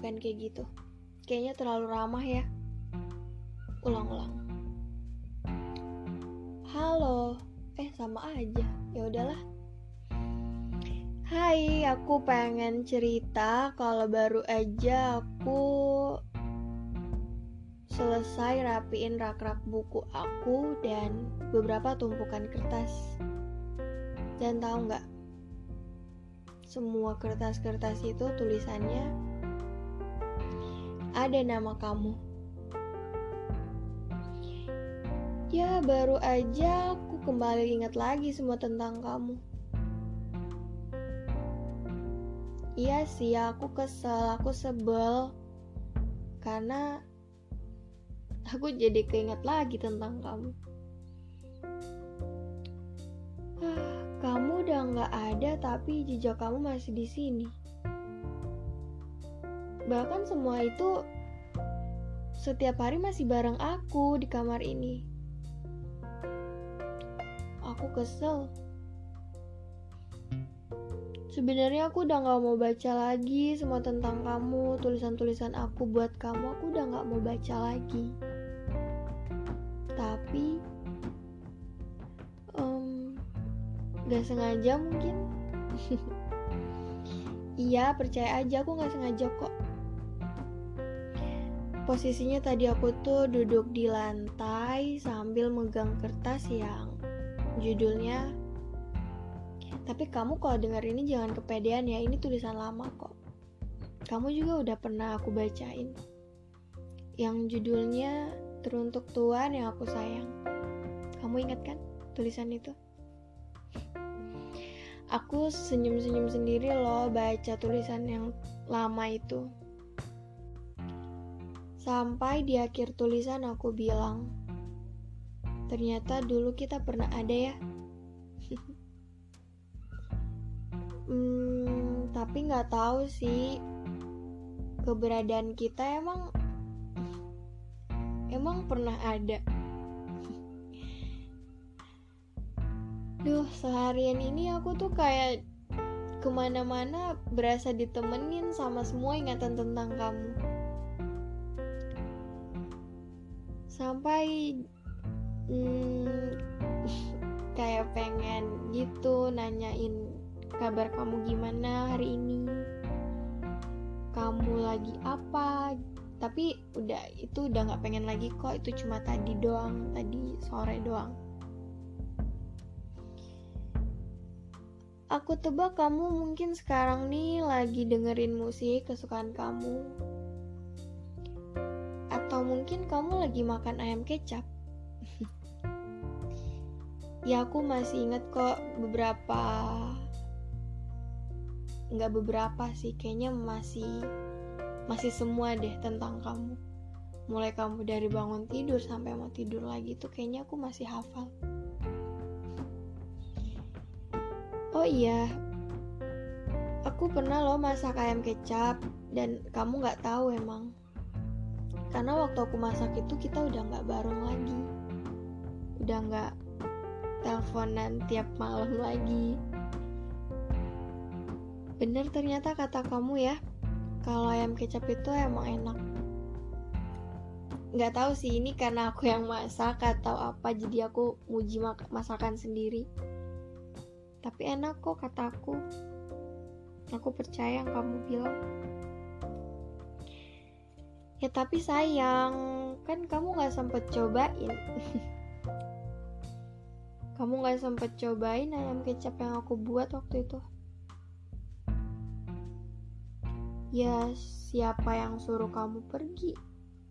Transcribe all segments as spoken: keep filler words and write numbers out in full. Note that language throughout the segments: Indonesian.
bukan kayak gitu. Kayaknya terlalu ramah ya. Ulang-ulang. Halo. Eh sama aja. Ya udahlah. Hai, aku pengen cerita kalau baru aja aku selesai rapiin rak-rak buku aku dan beberapa tumpukan kertas. Dan tahu nggak? Semua kertas-kertas itu tulisannya ada nama kamu. Ya baru aja aku kembali ingat lagi semua tentang kamu. Iya sih, aku kesel, aku sebel karena aku jadi keinget lagi tentang kamu. Ah, kamu udah nggak ada, tapi jejak kamu masih di sini. Bahkan semua itu setiap hari masih bareng aku di kamar ini. Aku kesel. Sebenarnya aku udah gak mau baca lagi semua tentang kamu, tulisan-tulisan aku buat kamu, aku udah gak mau baca lagi. Tapi um, gak sengaja mungkin. Iya, percaya aja aku gak sengaja kok. Posisinya tadi aku tuh duduk di lantai sambil megang kertas yang judulnya, tapi kamu kalau denger ini jangan kepedean ya, ini tulisan lama kok. Kamu juga udah pernah aku bacain. Yang judulnya Teruntuk Tuhan Yang Aku Sayang. Kamu ingat kan tulisan itu? Aku senyum-senyum sendiri loh baca tulisan yang lama itu. Sampai di akhir tulisan aku bilang, ternyata dulu kita pernah ada ya. Hmm, tapi nggak tahu sih keberadaan kita emang emang pernah ada. Duh, seharian ini aku tuh kayak kemana-mana berasa ditemenin sama semua ingatan tentang kamu. Sampai hmm, kayak pengen gitu nanyain kabar kamu gimana hari ini, kamu lagi apa, tapi udah itu udah gak pengen lagi kok, itu cuma tadi doang, tadi sore doang. Aku tebak kamu mungkin sekarang nih lagi dengerin musik kesukaan kamu, atau mungkin kamu lagi makan ayam kecap. Ya aku masih inget kok beberapa, nggak beberapa sih, kayaknya masih masih semua deh tentang kamu. Mulai kamu dari bangun tidur sampai mau tidur lagi tuh kayaknya aku masih hafal. Oh iya, aku pernah loh masak ayam kecap dan kamu nggak tahu emang. Karena waktu aku masak itu kita udah nggak bareng lagi, udah nggak teleponan tiap malam lagi. Bener ternyata kata kamu ya, kalau ayam kecap itu emang enak. Nggak tahu sih ini karena aku yang masak atau apa, jadi aku muji masakan sendiri. Tapi enak kok kataku. Aku percaya yang kamu bilang. Ya tapi sayang, kan kamu nggak sempet cobain. Kamu gak sempet cobain ayam kecap yang aku buat waktu itu. Ya siapa yang suruh kamu pergi?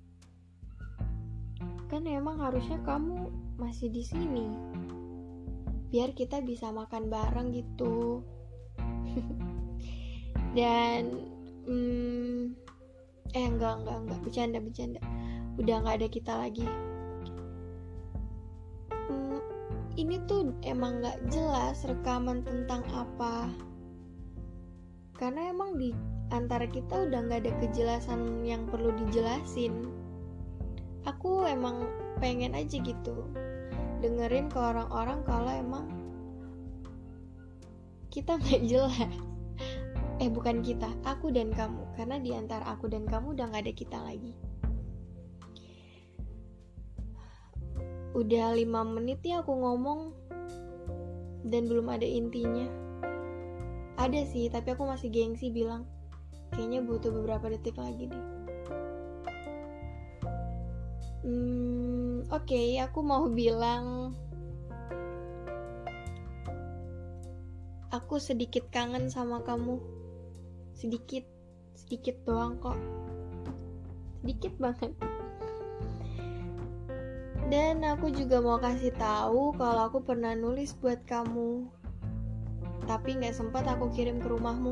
Kan emang harusnya kamu masih di sini, biar kita bisa makan bareng gitu. Dan hmm, eh enggak enggak enggak bercanda bercanda. Udah nggak ada kita lagi. Ini tuh emang gak jelas rekaman tentang apa, karena emang di antara kita udah gak ada kejelasan yang perlu dijelasin. Aku emang pengen aja gitu dengerin ke orang-orang kalau emang kita gak jelas. Eh bukan kita, aku dan kamu. Karena di antara aku dan kamu udah gak ada kita lagi. Udah lima menit nih aku ngomong dan belum ada intinya. Ada sih, tapi aku masih gengsi bilang kayaknya butuh beberapa detik lagi deh. Hmm, oke, okay, aku mau bilang aku sedikit kangen sama kamu. Sedikit, sedikit doang kok. Sedikit banget. Dan aku juga mau kasih tahu kalau aku pernah nulis buat kamu, tapi nggak sempat aku kirim ke rumahmu.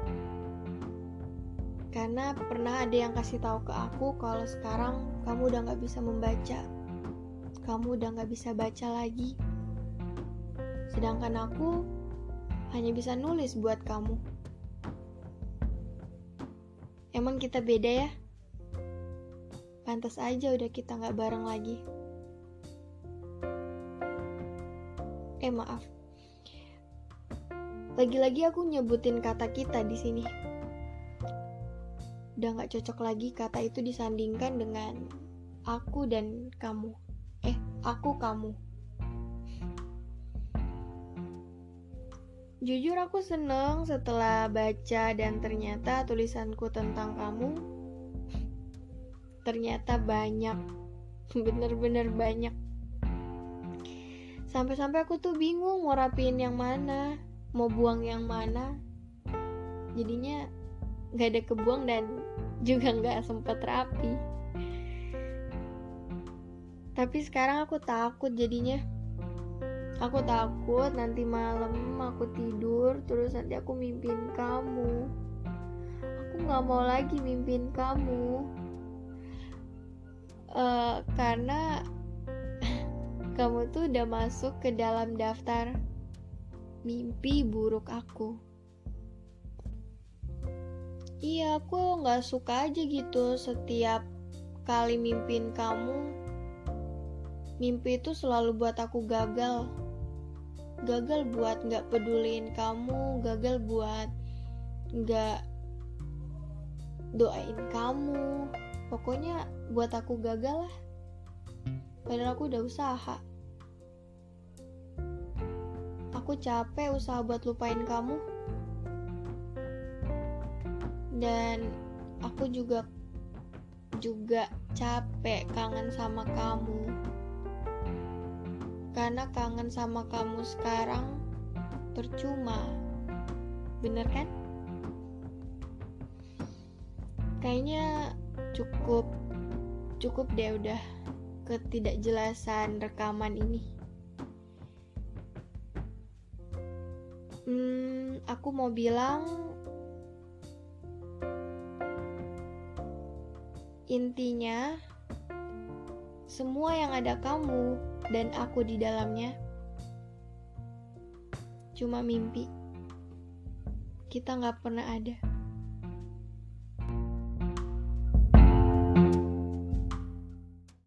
Karena pernah ada yang kasih tahu ke aku kalau sekarang kamu udah nggak bisa membaca, kamu udah nggak bisa baca lagi. Sedangkan aku hanya bisa nulis buat kamu. Emang kita beda ya? Pantas aja udah kita nggak bareng lagi. Eh maaf, lagi-lagi aku nyebutin kata kita di sini. Udah nggak cocok lagi kata itu disandingkan dengan aku dan kamu. Eh, aku kamu. Jujur aku seneng setelah baca dan ternyata tulisanku tentang kamu ternyata banyak, bener-bener banyak. Sampai-sampai aku tuh bingung mau rapiin yang mana, mau buang yang mana. Jadinya gak ada kebuang dan juga gak sempet rapi. Tapi sekarang aku takut jadinya. Aku takut nanti malam aku tidur terus nanti aku mimpin kamu. Aku gak mau lagi mimpin kamu. Uh, karena kamu tuh udah masuk ke dalam daftar mimpi buruk aku. Iya, aku gak suka aja gitu setiap kali mimpin kamu. Mimpi itu selalu buat aku gagal. Gagal buat gak peduliin kamu, gagal buat gak doain kamu. Pokoknya buat aku gagal lah. Padahal aku udah usaha. Aku capek usaha buat lupain kamu. Dan aku juga juga capek kangen sama kamu. Karena kangen sama kamu sekarang percuma. Bener kan? Kayaknya cukup cukup deh udah ketidakjelasan rekaman ini. Hmm, aku mau bilang intinya semua yang ada kamu dan aku di dalamnya cuma mimpi. Kita gak pernah ada.